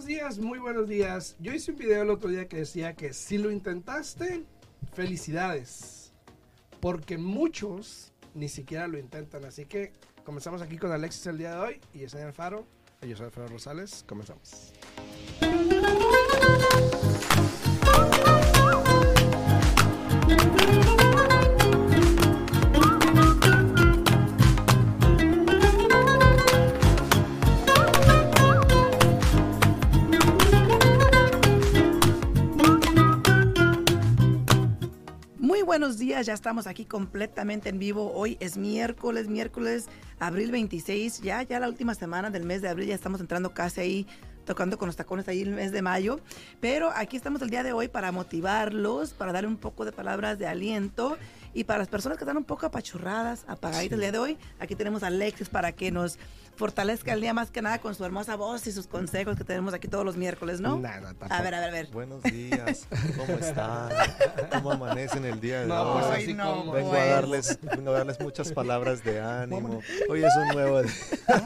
días, muy buenos días. Yo hice un video el otro día que decía que si lo intentaste, felicidades. Porque muchos ni siquiera lo intentan. Así que comenzamos aquí con Alexis el día de hoy y Yesenia Alfaro. Yo soy Alfredo Rosales. Comenzamos. Muy buenos días, ya estamos aquí completamente en vivo. Hoy es miércoles, abril 26, ya la última semana del mes de abril, ya estamos entrando casi ahí, tocando con los tacones ahí el mes de mayo. Pero aquí estamos el día de hoy para motivarlos, para darle un poco de palabras de aliento. Y para las personas que están un poco apachurradas, apagaditas el día de hoy, aquí tenemos a Alexis para que nos fortalezca el día más que nada con su hermosa voz y sus consejos que tenemos aquí todos los miércoles, ¿no? Nada, a ver. Buenos días, ¿cómo están? ¿Cómo amanecen el día de hoy? Pues así como Vengo a darles muchas palabras de ánimo. Hoy es un nuevo día.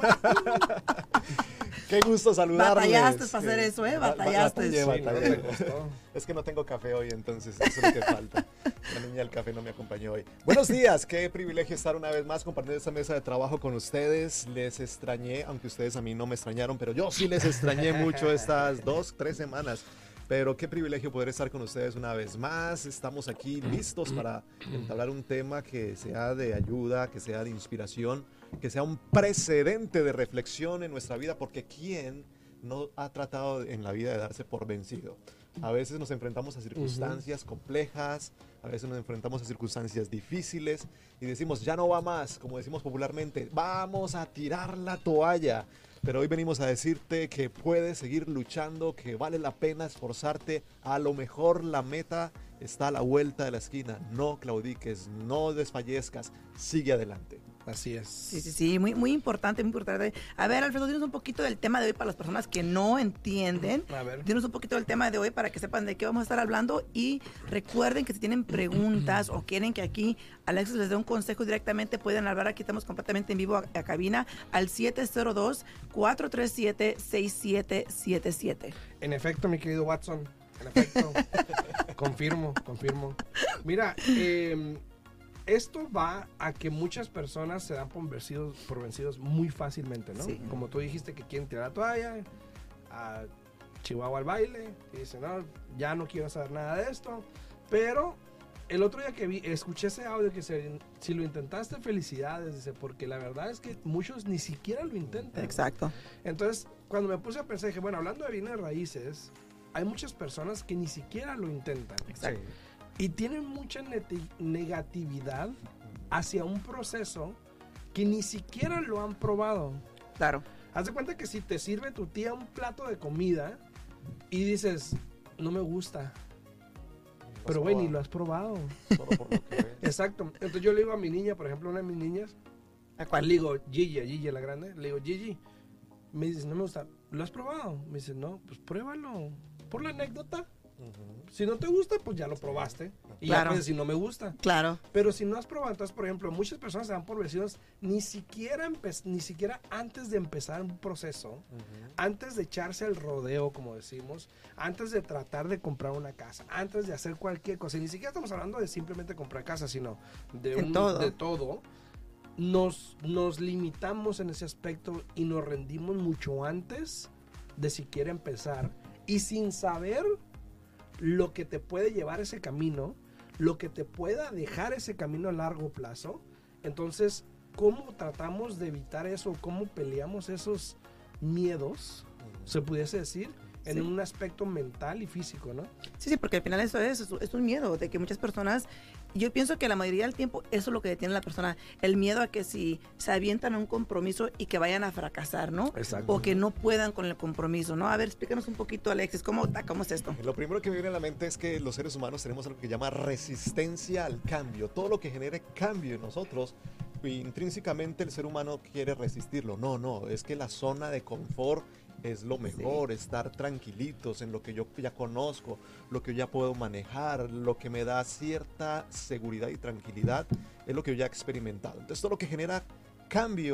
Qué gusto saludarles. Batallaste para hacer eso, Batallaste. Batallé. Es que no tengo café hoy, entonces eso es lo que falta. La niña del café no me acompañó hoy. Buenos días, qué privilegio estar una vez más compartiendo esta mesa de trabajo con ustedes. Les extrañé, aunque ustedes a mí no me extrañaron, pero yo sí les extrañé mucho estas 2-3 semanas. Pero qué privilegio poder estar con ustedes una vez más. Estamos aquí listos para entablar un tema que sea de ayuda, que sea de inspiración, que sea un precedente de reflexión en nuestra vida, porque ¿quién no ha tratado en la vida de darse por vencido? A veces nos enfrentamos a circunstancias complejas, a veces nos enfrentamos a circunstancias difíciles y decimos, ya no va más, como decimos popularmente, vamos a tirar la toalla. Pero hoy venimos a decirte que puedes seguir luchando, que vale la pena esforzarte. A lo mejor la meta está a la vuelta de la esquina. No claudiques, no desfallezcas, sigue adelante. Así es. Sí, muy importante, muy importante. A ver, Alfredo, dinos un poquito del tema de hoy para las personas que no entienden. A ver. Dinos un poquito del tema de hoy para que sepan de qué vamos a estar hablando y recuerden que si tienen preguntas o quieren que aquí Alexis les dé un consejo directamente, pueden hablar. Aquí estamos completamente en vivo a cabina al 702-437-6777. En efecto, mi querido Watson. En efecto. Confirmo. Mira, esto va a que muchas personas se dan por vencidos muy fácilmente, ¿no? Sí. Como tú dijiste que quieren tirar la toalla, a Chihuahua al baile, y dicen, no, ya no quiero saber nada de esto. Pero el otro día que escuché ese audio que si lo intentaste, felicidades, dice, porque la verdad es que muchos ni siquiera lo intentan. Exacto. Entonces, cuando me puse a pensar, dije, bueno, hablando de bienes raíces, hay muchas personas que ni siquiera lo intentan. Exacto. Sí. Y tienen mucha negatividad hacia un proceso que ni siquiera lo han probado. Claro. Haz de cuenta que si te sirve tu tía un plato de comida y dices, no me gusta, pero güey, ni lo has probado. Solo por lo que ves. Exacto. Entonces yo le digo a mi niña, por ejemplo, una de mis niñas, ¿A cuál? le digo, Gigi la grande, le digo, Gigi, me dice, no me gusta, ¿lo has probado? Me dice, no, pues pruébalo, por la anécdota. Si no te gusta, pues ya lo probaste. Y Claro. ya puedes decir, no me gusta. Claro. Pero si no has probado, entonces, por ejemplo, muchas personas se dan por vencidos ni siquiera antes de empezar un proceso, antes de echarse el rodeo, como decimos, antes de tratar de comprar una casa, antes de hacer cualquier cosa. Y ni siquiera estamos hablando de simplemente comprar casa, sino de todo. Nos limitamos en ese aspecto y nos rendimos mucho antes de siquiera empezar. Y sin saber lo que te puede llevar ese camino, lo que te pueda dejar ese camino a largo plazo. Entonces, ¿cómo tratamos de evitar eso? ¿Cómo peleamos esos miedos, se pudiese decir, en un aspecto mental y físico, ¿no? Sí, porque al final eso es un miedo de que muchas personas, yo pienso que la mayoría del tiempo eso es lo que detiene a la persona, el miedo a que si se avientan a un compromiso y que vayan a fracasar, ¿no? Exacto. O que no puedan con el compromiso, ¿no? A ver, explícanos un poquito, Alexis, ¿cómo es esto? Lo primero que me viene a la mente es que los seres humanos tenemos algo que llama resistencia al cambio. Todo lo que genere cambio en nosotros, intrínsecamente el ser humano quiere resistirlo. No, es que la zona de confort es lo mejor, estar tranquilitos en lo que yo ya conozco, lo que yo ya puedo manejar, lo que me da cierta seguridad y tranquilidad, es lo que yo ya he experimentado. Entonces todo lo que genera cambio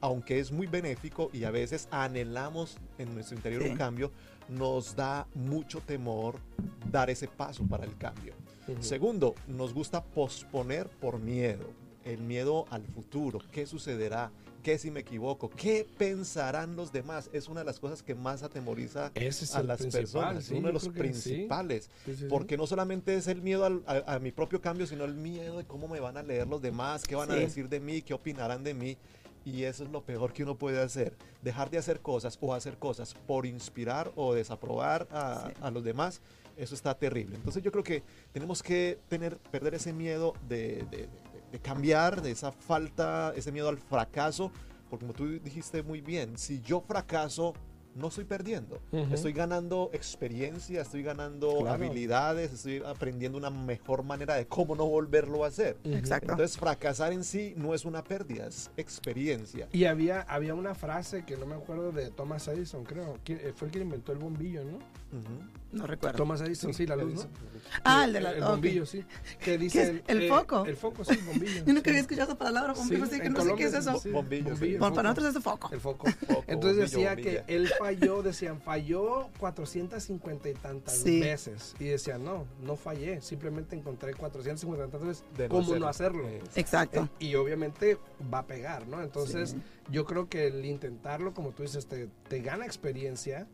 aunque es muy benéfico y a veces anhelamos en nuestro interior un cambio, nos da mucho temor dar ese paso para el cambio. Segundo, nos gusta posponer por miedo, el miedo al futuro, qué sucederá, qué si me equivoco, qué pensarán los demás. Es una de las cosas que más atemoriza a las personas, sí, uno de los principales, porque no solamente es el miedo a mi propio cambio, sino el miedo de cómo me van a leer los demás, qué van a decir de mí, qué opinarán de mí. Y eso es lo peor que uno puede hacer, dejar de hacer cosas o hacer cosas por inspirar o desaprobar a los demás. Eso está terrible. Entonces yo creo que tenemos que perder ese miedo de cambiar, de esa falta, ese miedo al fracaso, porque como tú dijiste muy bien, si yo fracaso, no estoy perdiendo, estoy ganando experiencia, estoy ganando habilidades, estoy aprendiendo una mejor manera de cómo no volverlo a hacer. Exacto. Entonces fracasar en sí no es una pérdida, es experiencia. Y había una frase que no me acuerdo de Thomas Edison, creo, que fue el que inventó el bombillo, ¿no? No recuerdo. Thomas Edison, sí, la luz, ¿no? Ah, el bombillo, sí. Que dice el foco. El foco, sí, el bombillo. Yo nunca había escuchado esa palabra, bombillo, sí, que no sé qué es eso. Bombillo. Para nosotros es el foco. El foco. Entonces decía que él falló 450 y tantas veces. Y decía, no fallé, simplemente encontré 450 y tantas veces cómo no hacerlo. Exacto. Y obviamente va a pegar, ¿no? Entonces yo creo que el intentarlo, como tú dices, te gana experiencia,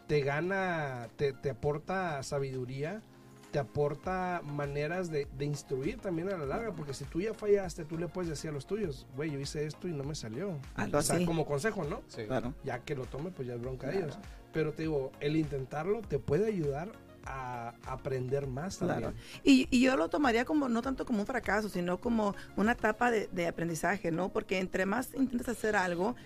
te aporta sabiduría, te aporta maneras de instruir también a la larga, porque si tú ya fallaste, tú le puedes decir a los tuyos, güey, yo hice esto y no me salió. Algo así. O sea, como consejo, ¿no? Sí. Claro. Ya que lo tome, pues ya es bronca de ellos. Pero te digo, el intentarlo te puede ayudar a aprender más también. Claro. Y yo lo tomaría como, no tanto como un fracaso, sino como una etapa de aprendizaje, ¿no? Porque entre más intentas hacer algo,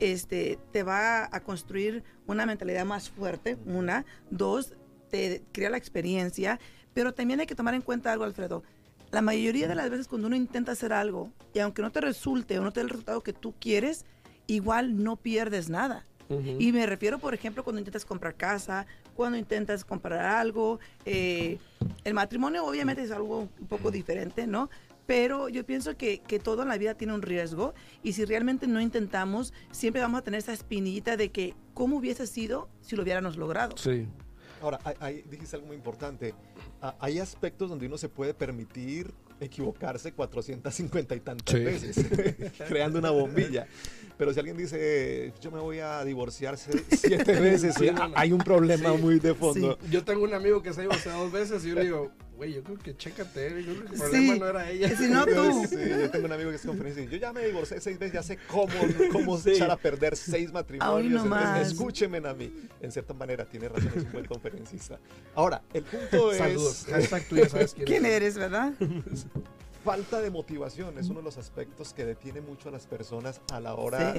te va a construir una mentalidad más fuerte, una. Dos, te crea la experiencia. Pero también hay que tomar en cuenta algo, Alfredo. La mayoría de las veces cuando uno intenta hacer algo, y aunque no te resulte o no te dé el resultado que tú quieres, igual no pierdes nada. Y me refiero, por ejemplo, cuando intentas comprar casa, cuando intentas comprar algo. El matrimonio obviamente es algo un poco diferente, ¿no? Pero yo pienso que todo en la vida tiene un riesgo, y si realmente no intentamos, siempre vamos a tener esa espinillita de que cómo hubiese sido si lo hubiéramos logrado. Sí. Ahora, ahí dijiste algo muy importante. Hay aspectos donde uno se puede permitir equivocarse 450 y tantas veces, creando una bombilla. Pero si alguien dice, yo me voy a divorciar 7 veces, hay un problema muy de fondo. Sí. Yo tengo un amigo que se ha divorciado 2 veces y yo le digo, güey, yo creo que chécate, yo creo que el problema no era ella. Si no tú. Sí, yo tengo un amigo que es conferencia y yo ya me divorcié 6 veces, ya sé cómo echar a perder 6 matrimonios. Entonces, escúchenme a mí. En cierta manera, tiene razón, es un buen conferencista. Ahora, el punto Saludos. es... Tú ya sabes quién eres, ¿verdad? Falta de motivación es uno de los aspectos que detiene mucho a las personas a la hora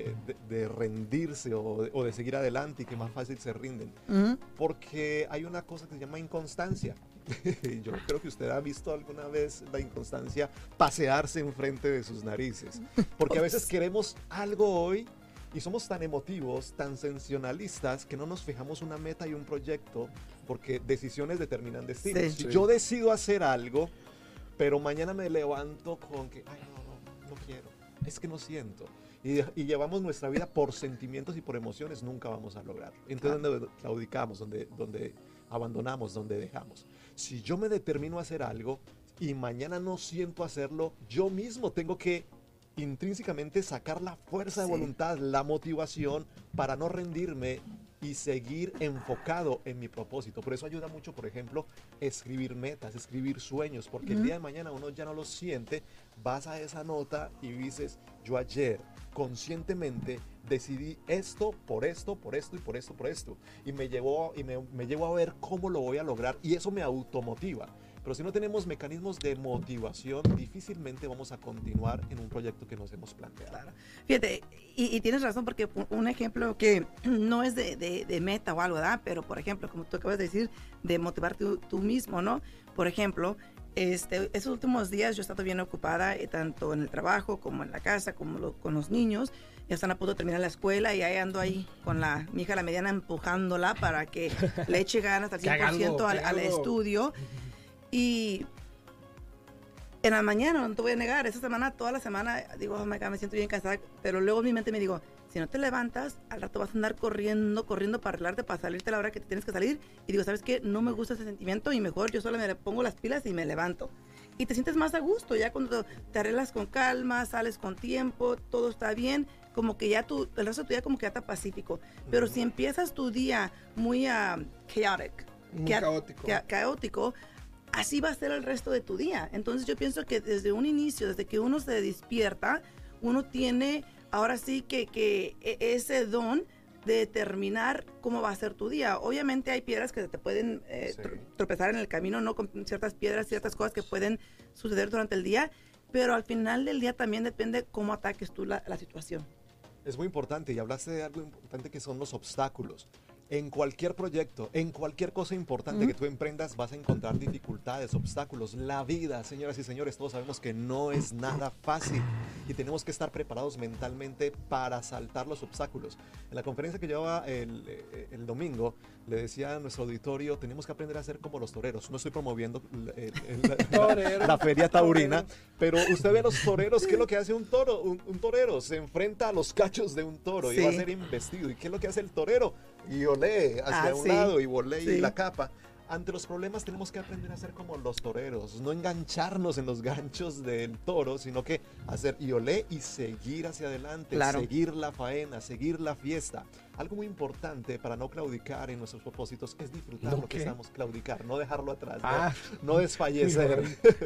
de rendirse o de seguir adelante, y que más fácil se rinden. Porque hay una cosa que se llama inconstancia. Yo creo que usted ha visto alguna vez la inconstancia pasearse enfrente de sus narices. Porque a veces queremos algo hoy y somos tan emotivos, tan sensacionalistas, que no nos fijamos una meta y un proyecto, porque decisiones determinan destinos. Si yo decido hacer algo, pero mañana me levanto con que, ay, no quiero, es que no siento. Y llevamos nuestra vida por sentimientos y por emociones, nunca vamos a lograrlo. Entonces, donde claudicamos, donde abandonamos, donde dejamos. Si yo me determino a hacer algo y mañana no siento hacerlo, yo mismo tengo que intrínsecamente sacar la fuerza de voluntad, la motivación para no rendirme y seguir enfocado en mi propósito. Por eso ayuda mucho, por ejemplo, escribir metas, escribir sueños, porque el día de mañana uno ya no lo siente, vas a esa nota y dices, yo ayer conscientemente decidí esto, por esto, por esto y por esto, por esto. Y me llevó a ver cómo lo voy a lograr, y eso me automotiva. Pero si no tenemos mecanismos de motivación, difícilmente vamos a continuar en un proyecto que nos hemos planteado. Claro. Fíjate, y tienes razón, porque un ejemplo que no es de meta o algo, ¿verdad? Pero, por ejemplo, como tú acabas de decir, de motivarte tú mismo, ¿no? Por ejemplo, esos últimos días yo he estado bien ocupada, tanto en el trabajo como en la casa, como con los niños. Ya están a punto de terminar la escuela y ahí ando ahí con mi hija la mediana empujándola para que le eche ganas al 100% al estudio. Y En la mañana, no te voy a negar, esa semana, toda la semana, digo, oh my God, me siento bien cansada, pero luego en mi mente me digo, si no te levantas, al rato vas a andar corriendo para arreglarte, para salirte a la hora que te tienes que salir, y digo, ¿sabes qué? No me gusta ese sentimiento y mejor yo solo me pongo las pilas y me levanto. Y te sientes más a gusto, ya cuando te arreglas con calma, sales con tiempo, todo está bien, como que ya el resto de tu día como que ya está pacífico. Pero si empiezas tu día muy chaotic, Muy caótico. caótico, así va a ser el resto de tu día. Entonces yo pienso que desde un inicio, desde que uno se despierta, uno tiene ahora sí que ese don de determinar cómo va a ser tu día. Obviamente hay piedras que te pueden tropezar en el camino, ¿no? Con ciertas piedras, ciertas cosas que pueden suceder durante el día, pero al final del día también depende cómo ataques tú la situación. Es muy importante, y hablaste de algo importante que son los obstáculos. En cualquier proyecto, en cualquier cosa importante que tú emprendas, vas a encontrar dificultades, obstáculos. La vida, señoras y señores, todos sabemos que no es nada fácil y tenemos que estar preparados mentalmente para saltar los obstáculos. En la conferencia que llevaba el domingo, le decía a nuestro auditorio, tenemos que aprender a ser como los toreros. No estoy promoviendo la feria taurina, pero usted ve a los toreros, ¿qué es lo que hace un toro? Un torero se enfrenta a los cachos de un toro y va a ser embestido. ¿Y qué es lo que hace el torero? Y olé hacia un lado y volé y la capa. Ante los problemas tenemos que aprender a ser como los toreros, no engancharnos en los ganchos del toro, sino que hacer y olé y seguir hacia adelante, seguir la faena, seguir la fiesta. Algo muy importante para no claudicar en nuestros propósitos es disfrutar lo que estamos, claudicar, no dejarlo atrás, no desfallecer.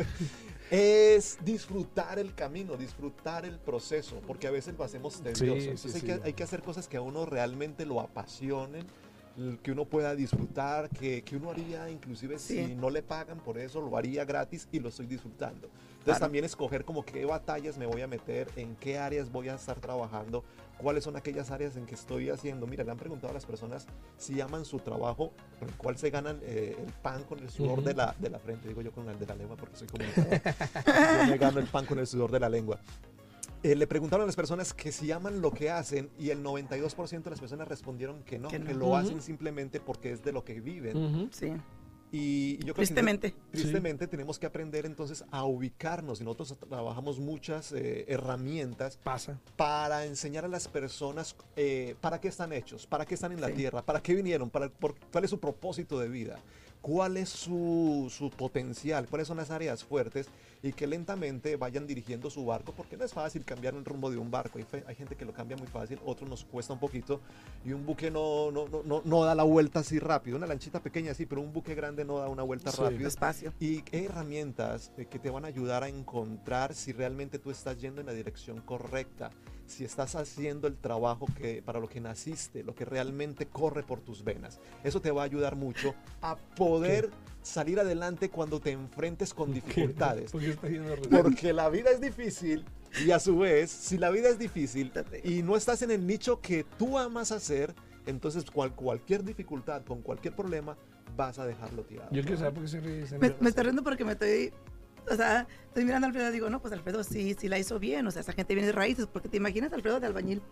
Es disfrutar el camino, disfrutar el proceso, porque a veces lo hacemos tedioso. Entonces hay que hacer cosas que a uno realmente lo apasionen, que uno pueda disfrutar, que uno haría inclusive si no le pagan por eso, lo haría gratis y lo estoy disfrutando. Entonces también escoger como qué batallas me voy a meter, en qué áreas voy a estar trabajando, cuáles son aquellas áreas en que estoy haciendo. Mira, le han preguntado a las personas si aman su trabajo, con el cual se ganan el pan con el sudor de la frente, digo yo con el de la lengua porque soy comunicador. Yo me gano el pan con el sudor de la lengua. Le preguntaron a las personas que si aman lo que hacen y el 92% de las personas respondieron que no, que lo hacen simplemente porque es de lo que viven. Sí. Y yo creo que tristemente tenemos que aprender entonces a ubicarnos, y nosotros trabajamos muchas herramientas para enseñar a las personas para qué están hechos, para qué están en la tierra, para qué vinieron, cuál es su propósito de vida, cuál es su potencial, cuáles son las áreas fuertes, y que lentamente vayan dirigiendo su barco, porque no es fácil cambiar el rumbo de un barco. Hay gente que lo cambia muy fácil, otros nos cuesta un poquito, y un buque no da la vuelta así rápido. Una lanchita pequeña sí, pero un buque grande no da una vuelta rápido. Despacio. Y hay herramientas que te van a ayudar a encontrar si realmente tú estás yendo en la dirección correcta, si estás haciendo el trabajo para lo que naciste, lo que realmente corre por tus venas. Eso te va a ayudar mucho a poder salir adelante cuando te enfrentes con dificultades. Porque la vida es difícil, y a su vez, si la vida es difícil y no estás en el nicho que tú amas hacer, entonces cualquier dificultad, con cualquier problema, vas a dejarlo tirado. Yo quiero saber por qué se ríe. Me estoy riendo porque estoy mirando a Alfredo y digo, no, pues Alfredo sí la hizo bien, o sea, esa gente viene de raíces, porque te imaginas a Alfredo de albañil.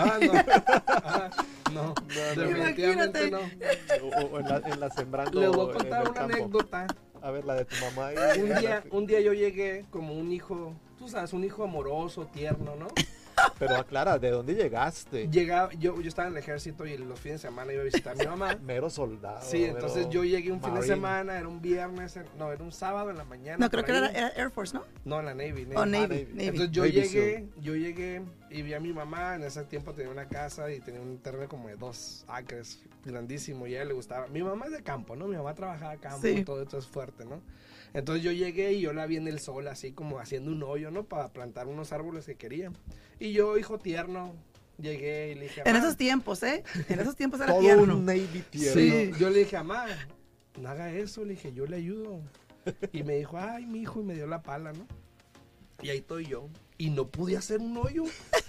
No, definitivamente no. O en la sembrando. Les voy a contar una anécdota. A ver, la de tu mamá. Un día yo llegué como un hijo, tú sabes, un hijo amoroso, tierno, ¿no? Pero aclara, ¿de dónde llegaste? Yo estaba en el ejército y los fines de semana iba a visitar a mi mamá. Mero soldado. Sí, entonces yo llegué un fin de semana, era un viernes, era un sábado en la mañana. No, creo que era Air Force, ¿no? No, en la Navy. Oh, Navy. Entonces yo llegué y vi a mi mamá. En ese tiempo tenía una casa y tenía un terreno como de 2 acres, grandísimo, y a ella le gustaba. Mi mamá es de campo, ¿no? Mi mamá trabajaba campo, todo esto es fuerte, ¿no? Entonces yo llegué y yo la vi en el sol, así como haciendo un hoyo, ¿no? Para plantar unos árboles que quería. Y yo, hijo tierno, llegué y le dije, en esos tiempos, En esos tiempos era todo tierno. Un Navy tierno. Sí, yo le dije, mamá, no haga eso, le dije, yo le ayudo. Y me dijo, ay, mi hijo, y me dio la pala, ¿no? Y ahí estoy yo. Y no pude hacer un hoyo.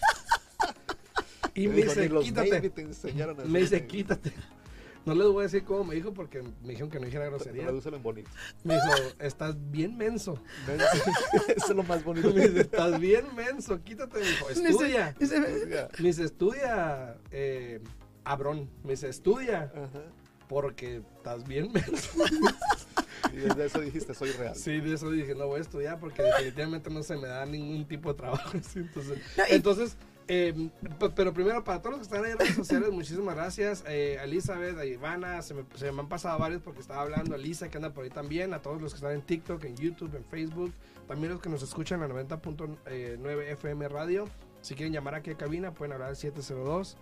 Y me dice, quítate. Me dice, quítate. No les voy a decir cómo me dijo porque me dijeron que no dijera grosería. Tradúcelo en bonito. Me dijo, estás bien menso. Eso es lo más bonito. Me dice, estás bien menso, quítate. Me dijo, estudia. Me dice, estudia, Abrón. Me dice, estudia. Porque estás bien menso. Y desde eso dijiste, soy real. Sí, de eso dije, no voy a estudiar porque definitivamente no se me da ningún tipo de trabajo. ¿Sí? No, Entonces, pero primero, para todos los que están ahí en redes sociales, muchísimas gracias. A Elizabeth, a Ivana, se me han pasado varios porque estaba hablando. A Lisa, que anda por ahí también. A todos los que están en TikTok, en YouTube, en Facebook. También los que nos escuchan en la 90.9 FM Radio. Si quieren llamar aquí a cabina, pueden hablar al 702.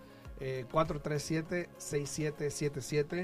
437-6777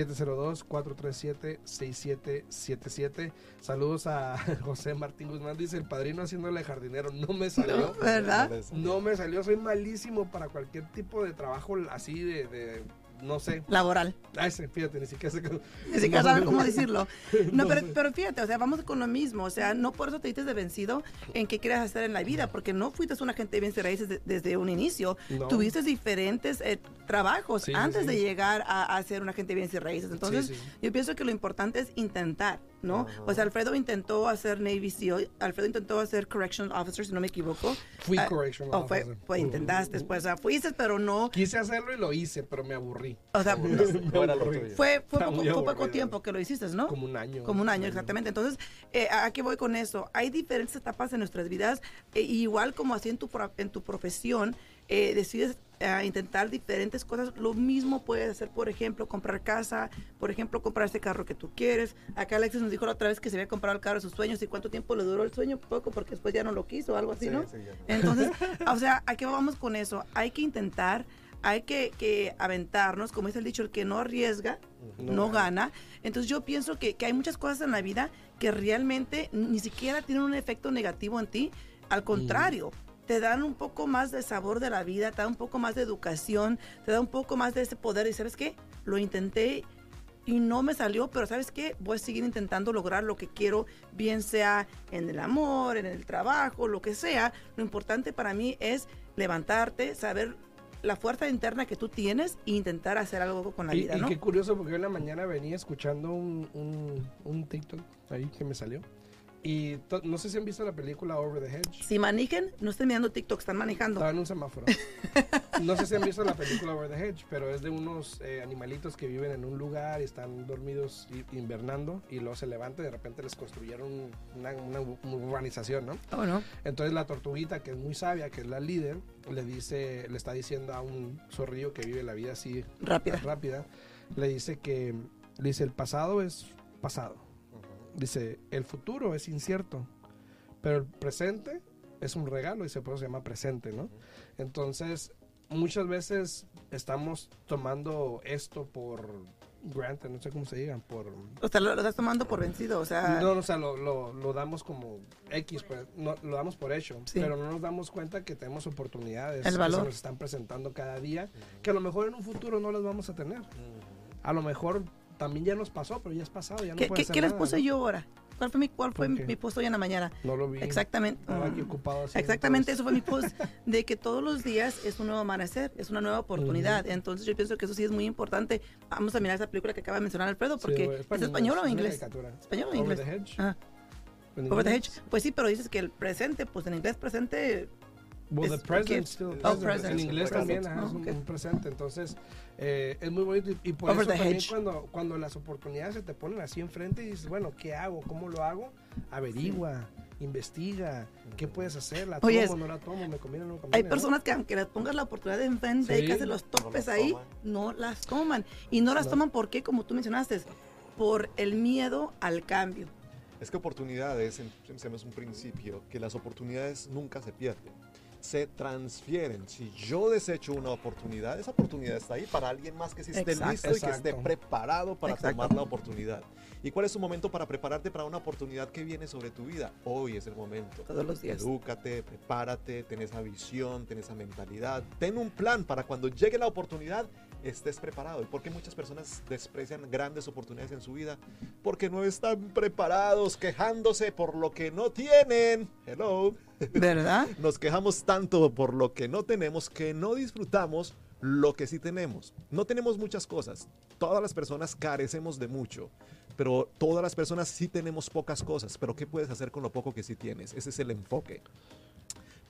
702-437-6777. Saludos a José Martín Guzmán, dice el padrino haciéndole jardinero, no me salió, No, ¿verdad? no me salió, soy malísimo para cualquier tipo de trabajo así de no sé. Laboral. Ay, fíjate, ni siquiera sé cómo. Ni siquiera No, saben cómo decirlo. No, no pero, sé. pero fíjate, o sea, vamos con lo mismo. O sea, no por eso te dices de vencido en qué quieres hacer en la vida, porque no fuiste un agente de bienes y raíces desde un inicio. No. Tuviste diferentes trabajos Sí, antes sí. de llegar a ser un agente de bienes y raíces. Entonces, Sí, sí. yo pienso que lo importante es intentar, ¿no? Ajá. O sea, Alfredo intentó hacer Navy SEAL, Alfredo intentó hacer Correctional Officer, si no me equivoco. Fui correctional Officer. officer. Intentaste, pues, o sea, fuiste, pero no. Quise hacerlo y lo hice, pero me aburrí. O sea, No era lo tuyo. fue Está muy poco aburrido. tiempo que lo hiciste, ¿no? Como un año. Como un año, exactamente. Entonces, ¿a qué voy con eso? Hay diferentes etapas en nuestras vidas, igual como así en tu profesión, decides intentar diferentes cosas. Lo mismo puedes hacer, por ejemplo, comprar casa, por ejemplo, comprar ese carro que tú quieres. Acá Alexis nos dijo la otra vez que se había comprado el carro de sus sueños y cuánto tiempo le duró el sueño, poco, porque después ya no lo quiso o algo así, Sí, ¿no? sí, ya no. Entonces, o sea, ¿a qué vamos con eso? Hay que intentar, hay que aventarnos, como dice el dicho, el que no arriesga, no gana. Entonces yo pienso que hay muchas cosas en la vida que realmente ni siquiera tienen un efecto negativo en ti, al contrario, te dan un poco más de sabor de la vida, te dan un poco más de educación, te da un poco más de ese poder y ¿sabes qué? Lo intenté y no me salió, pero ¿sabes qué? Voy a seguir intentando lograr lo que quiero, bien sea en el amor, en el trabajo, lo que sea. Lo importante para mí es levantarte, saber la fuerza interna que tú tienes e intentar hacer algo con la vida, Y ¿no? qué curioso, porque yo en la mañana venía escuchando un TikTok ahí que me salió. Y no sé si han visto la película Over the Hedge. Si manejen, no estén mirando TikTok, están manejando. Estaba en un semáforo. No sé si han visto la película Over the Hedge, pero es de unos animalitos que viven en un lugar y están dormidos invernando y luego se levantan y de repente les construyeron una urbanización, ¿no? Oh, no. Entonces la tortuguita, que es muy sabia, que es la líder, le está diciendo a un zorrillo que vive la vida así rápida, le dice el pasado es pasado. Dice, el futuro es incierto, pero el presente es un regalo, dice, por eso se llama presente, ¿no? Entonces, muchas veces estamos tomando esto por granted, no sé cómo se diga, O sea, lo estás tomando por vencido, o sea... No, o sea, lo damos como X, pues, no, lo damos por hecho, Sí. pero no nos damos cuenta que tenemos oportunidades El que valor. se nos están presentando cada día, que a lo mejor en un futuro no las vamos a tener. A lo mejor también ya nos pasó, pero ya es pasado, ya no puede ser ¿Qué les nada, puse ¿no? yo ahora? ¿Cuál fue ¿Por qué? mi post hoy en la mañana? No lo vi. Exactamente. Estaba aquí ocupado haciendo Exactamente, cosas. eso fue mi post, de que todos los días es un nuevo amanecer, es una nueva oportunidad. Entonces yo pienso que eso sí es muy importante. Vamos a mirar esa película que acaba de mencionar Alfredo, Sí, porque es ¿es para español niños, o es una inglés? caricatura. ¿Español o Over inglés? the Hedge. Ah, ¿En Over the inglés? Hedge. Pues sí, pero dices que el presente, pues en inglés presente... Well, the Es- present ok. still Oh, present. present. En inglés Present. también es Oh, ok. un presente. Entonces, es muy bonito. Y por Over eso the también hedge. cuando las oportunidades se te ponen así enfrente y dices, bueno, ¿qué hago? ¿Cómo lo hago? Averigua, investiga. ¿Qué puedes hacer? ¿La Oye, tomo, no la tomo? ¿Me conviene o no me conviene? Hay ¿no? personas que aunque les pongas la oportunidad de enfrente, Sí. que hacen los topes las ahí, toman. no las toman. Y no las No. toman porque, como tú mencionaste, por el miedo al cambio. Es que oportunidades, es un principio, que las oportunidades nunca se pierden, se transfieren. Si yo desecho una oportunidad, esa oportunidad está ahí para alguien más que sí esté Exacto. listo y que esté Exacto. preparado para Exacto. tomar la oportunidad. ¿Y cuál es tu momento para prepararte para una oportunidad que viene sobre tu vida? Hoy es el momento. Todos los días. Edúcate, prepárate, ten esa visión, ten esa mentalidad, ten un plan para cuando llegue la oportunidad estés preparado. ¿Y por qué muchas personas desprecian grandes oportunidades en su vida? Porque no están preparados, quejándose por lo que no tienen. Hello. ¿Verdad? Nos quejamos tanto por lo que no tenemos que no disfrutamos lo que sí tenemos. No tenemos muchas cosas. Todas las personas carecemos de mucho, pero todas las personas sí tenemos pocas cosas. Pero ¿qué puedes hacer con lo poco que sí tienes? Ese es el enfoque.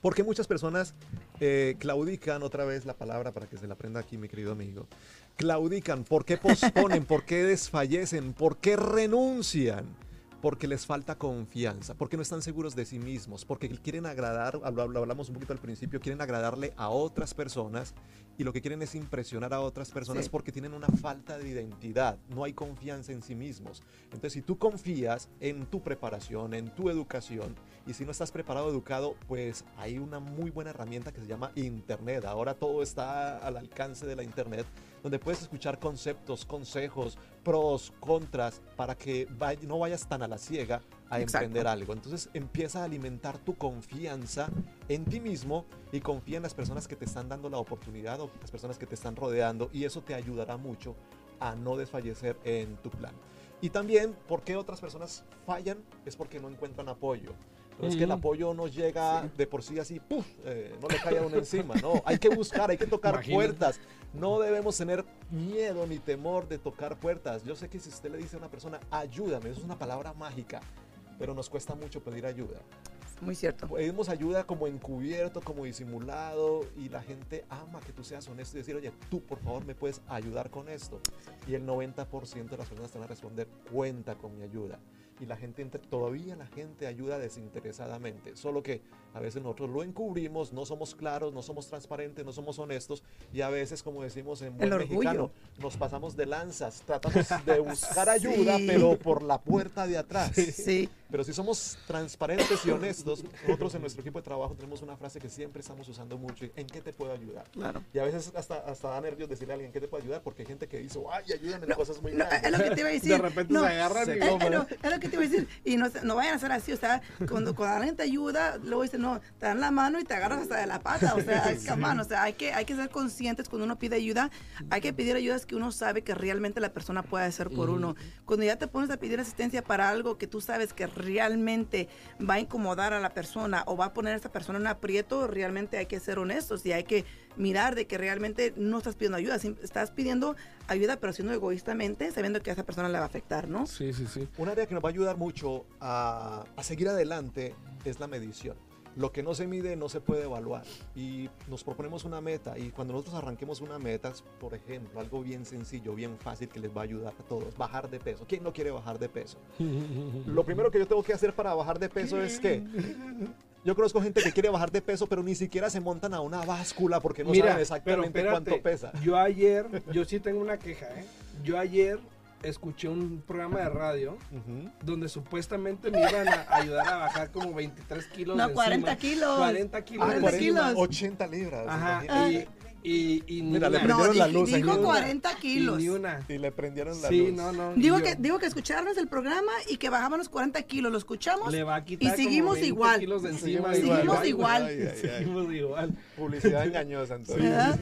Porque muchas personas claudican, otra vez la palabra para que se la aprenda aquí mi querido amigo, claudican, ¿por qué posponen? ¿Por qué desfallecen? ¿Por qué renuncian? Porque les falta confianza, porque no están seguros de sí mismos, porque quieren agradar, hablamos un poquito al principio, quieren agradarle a otras personas y lo que quieren es impresionar a otras personas porque tienen una falta de identidad, no hay confianza en sí mismos. Entonces, si tú confías en tu preparación, en tu educación, y si no estás preparado, educado, pues hay una muy buena herramienta que se llama Internet. Ahora todo está al alcance de la Internet, donde puedes escuchar conceptos, consejos, pros, contras, para que no vayas tan a la ciega a emprender algo. Entonces empieza a alimentar tu confianza en ti mismo y confía en las personas que te están dando la oportunidad o las personas que te están rodeando, y eso te ayudará mucho a no desfallecer en tu plan. Y también, ¿por qué otras personas fallan? Es porque no encuentran apoyo. Pero es que el apoyo no llega de por sí así, ¡puf! No le cae a uno encima, no. Hay que buscar, hay que tocar puertas. No debemos tener miedo ni temor de tocar puertas. Yo sé que si usted le dice a una persona, ayúdame, eso es una palabra mágica, pero nos cuesta mucho pedir ayuda. Muy cierto. Pedimos ayuda como encubierto, como disimulado, y la gente ama que tú seas honesto y decir, oye, tú por favor me puedes ayudar con esto. Y el 90% de las personas te van a responder, cuenta con mi ayuda. Y todavía la gente ayuda desinteresadamente, solo que a veces nosotros lo encubrimos, no somos claros, no somos transparentes, no somos honestos, y a veces, como decimos en buen mexicano, nos pasamos de lanzas, tratamos de buscar ayuda, pero por la puerta de atrás. Sí. Pero si somos transparentes y honestos, nosotros en nuestro equipo de trabajo tenemos una frase que siempre estamos usando mucho: ¿en qué te puedo ayudar? Claro. Y a veces hasta da nervios decirle a alguien, ¿en qué te puedo ayudar? Porque hay gente que dice, ay, ayúdame en cosas muy grandes. Es lo que te iba a decir. De repente se agarran y es lo que te iba a decir. Y no vayan a ser así, o sea, cuando alguien te ayuda, luego dicen, no, te dan la mano y te agarras hasta de la pata, o sea, o sea, hay que ser conscientes cuando uno pide ayuda, hay que pedir ayudas que uno sabe que realmente la persona puede hacer por uno. Cuando ya te pones a pedir asistencia para algo que tú sabes que realmente va a incomodar a la persona o va a poner a esa persona en aprieto, realmente hay que ser honestos y hay que mirar de que realmente no estás pidiendo ayuda, estás pidiendo ayuda pero siendo egoístamente, sabiendo que a esa persona le va a afectar, ¿no? Sí, sí, sí. Un área que nos va a ayudar mucho a seguir adelante es la medición. Lo que no se mide no se puede evaluar, y nos proponemos una meta, y cuando nosotros arranquemos una meta, por ejemplo, algo bien sencillo, bien fácil que les va a ayudar a todos, bajar de peso. ¿Quién no quiere bajar de peso? Lo primero que yo tengo que hacer para bajar de peso es que yo conozco gente que quiere bajar de peso, pero ni siquiera se montan a una báscula porque no saben exactamente cuánto pesa. Yo sí tengo una queja, ¿eh? Yo ayer escuché un programa de radio donde supuestamente me iban a ayudar a bajar como 23 kilos no, de 40 encima. kilos. 40 kilos. 40 kilos. 80 libras. Ajá, y mira, le no, prendieron la luz. dijo 40 kilos. Y ni una. Y le prendieron la Sí, luz. no. Digo que escucharnos el programa y que bajamos 40 kilos, lo escuchamos Le va a quitar y seguimos como 20 igual. kilos de encima. Seguimos igual. Seguimos igual. Publicidad engañosa, entonces. ¿Verdad?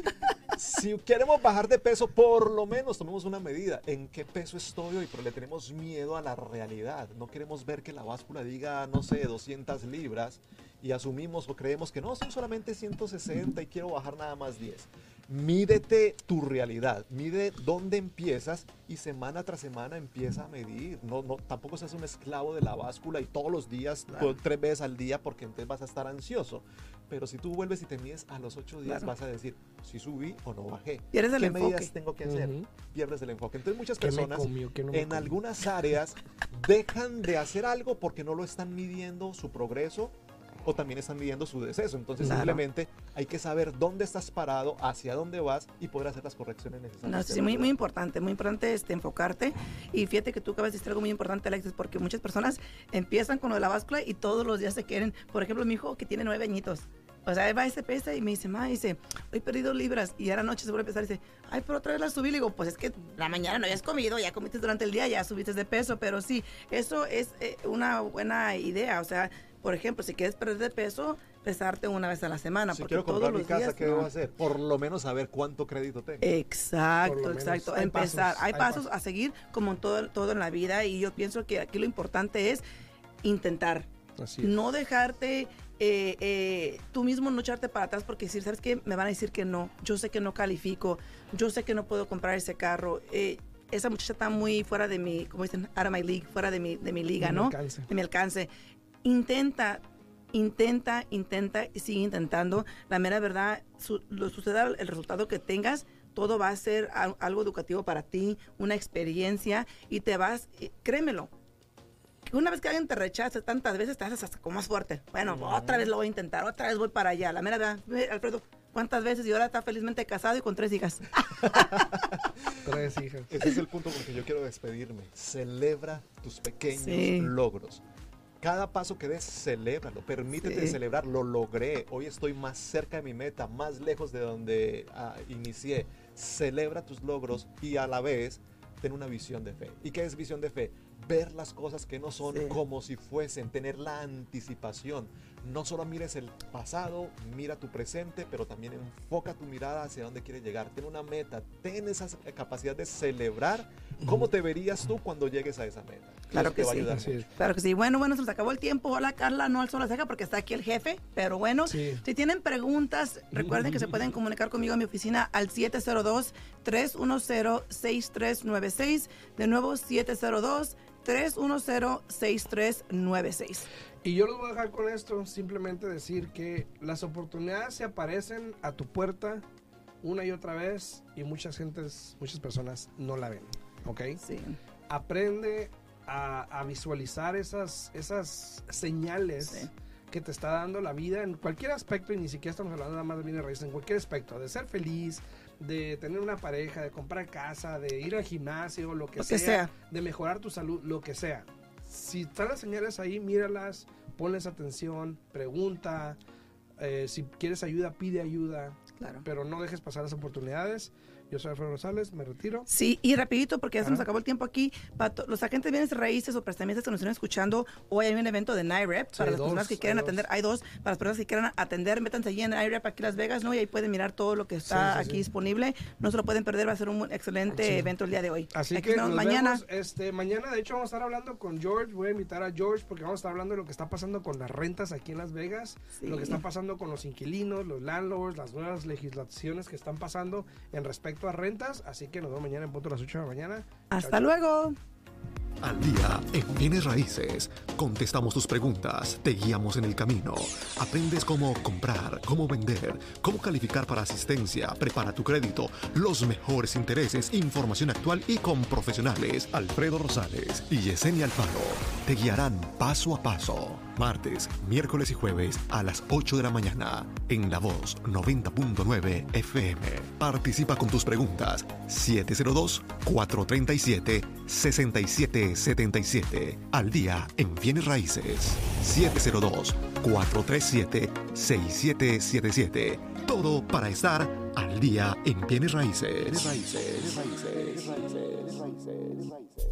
Si queremos bajar de peso, por lo menos tomemos una medida. ¿En qué peso estoy hoy? Pero le tenemos miedo a la realidad. No queremos ver que la báscula diga, no sé, 200 libras y asumimos o creemos que no, son solamente 160 y quiero bajar nada más 10. Mídete tu realidad, mide dónde empiezas y semana tras semana empieza a medir. No, tampoco seas un esclavo de la báscula y todos los días, 3 veces al día, porque entonces vas a estar ansioso. Pero si tú vuelves y te mides a los 8 días, vas a decir, si subí o no bajé. Pierdes el ¿Qué enfoque. medidas tengo que hacer? Pierdes el enfoque. Entonces muchas ¿Qué me personas comió? ¿Qué no me en comió? algunas áreas dejan de hacer algo porque no lo están midiendo su progreso, o también están midiendo su deceso. Entonces simplemente hay que saber dónde estás parado, hacia dónde vas y poder hacer las correcciones necesarias. No, sí, muy importante enfocarte. Y fíjate que tú acabas de decir algo muy importante, Alexis, porque muchas personas empiezan con lo de la báscula y todos los días se quieren. Por ejemplo, mi hijo que tiene 9 añitos, o sea, va y se pesa y me dice, hoy he perdido libras, y ahora noche se vuelve a pesar y dice, ay, pero otra vez la subí. Le digo, pues es que la mañana no habías comido, ya comiste durante el día, ya subiste de peso. Pero sí, eso es una buena idea. O sea, por ejemplo, si quieres perder de peso, pesarte una vez a la semana. Si porque quiero comprar mi casa, días, ¿qué debo hacer? Por lo menos saber cuánto crédito tengo. Exacto. Hay Empezar. pasos, Hay pasos a seguir, como en todo en la vida, y yo pienso que aquí lo importante es intentar. Así es. No dejarte tú mismo no echarte para atrás porque decir, ¿sabes qué? Me van a decir que no, yo sé que no califico, yo sé que no puedo comprar ese carro, esa muchacha está muy fuera de mi, como dicen, out of my league, fuera de mi liga, ¿no? De mi alcance. Intenta intenta y sigue intentando. La mera verdad, suceda el resultado que tengas, todo va a ser algo educativo para ti, una experiencia, y te vas, créemelo, que una vez que alguien te rechaza tantas veces, te haces hasta como más fuerte. Bueno, otra vez lo voy a intentar, otra vez voy para allá. La mera verdad, Alfredo, ¿cuántas veces? Y ahora está felizmente casado y con 3 hijas. 3 hijas. Ese es el punto con el que yo quiero despedirme. Celebra tus pequeños logros. Cada paso que des, celébralo, permítete celebrar, lo logré, hoy estoy más cerca de mi meta, más lejos de donde inicié. Celebra tus logros y a la vez ten una visión de fe. ¿Y qué es visión de fe? Ver las cosas que no son como si fuesen, tener la anticipación. No solo mires el pasado, mira tu presente, pero también enfoca tu mirada hacia dónde quieres llegar. Ten una meta, ten esa capacidad de celebrar cómo te verías tú cuando llegues a esa meta. Claro que sí. Claro que sí. Bueno, se nos acabó el tiempo. Hola, Carla, no alzo la ceja porque está aquí el jefe, pero bueno, si tienen preguntas, recuerden que se pueden comunicar conmigo a mi oficina al 702-310-6396. De nuevo, 702-310-6396. Y yo los voy a dejar con esto, simplemente decir que las oportunidades se aparecen a tu puerta una y otra vez y muchas personas no la ven, ¿ok? Sí. Aprende a visualizar esas señales que te está dando la vida en cualquier aspecto, y ni siquiera estamos hablando nada más de bienes raíces, en cualquier aspecto, de ser feliz, de tener una pareja, de comprar casa, de ir al gimnasio, lo que sea, de mejorar tu salud, lo que sea. Si están las señales ahí, míralas, ponles atención, pregunta, si quieres ayuda, pide ayuda, pero no dejes pasar las oportunidades. Yo soy Alfredo Rosales, me retiro. Sí, y rapidito, porque ya se nos acabó el tiempo aquí. Para los agentes de bienes raíces o prestamistas que nos están escuchando, hoy hay un evento de NIREP para las personas que quieran atender. Hay 2, para las personas que quieran atender, métanse allí en NIREP aquí en Las Vegas, ¿no? Y ahí pueden mirar todo lo que está aquí disponible. No se lo pueden perder, va a ser un excelente evento el día de hoy. Así aquí que nos mañana. Vemos, mañana, de hecho, vamos a estar hablando con George. Voy a invitar a George porque vamos a estar hablando de lo que está pasando con las rentas aquí en Las Vegas, lo que está pasando con los inquilinos, los landlords, las nuevas legislaciones que están pasando en respecto a rentas. Así que nos vemos mañana en punto a las 8 de la mañana. Hasta luego. Al día en Bienes Raíces, contestamos tus preguntas, te guiamos en el camino, aprendes cómo comprar, cómo vender, cómo calificar para asistencia, prepara tu crédito, los mejores intereses, información actual y con profesionales. Alfredo Rosales y Yesenia Alfaro te guiarán paso a paso. Martes, miércoles y jueves a las 8 de la mañana en La Voz 90.9 FM. Participa con tus preguntas 702-437-6777. Al día en Bienes Raíces 702-437-6777. Todo para estar al día en Bienes Raíces.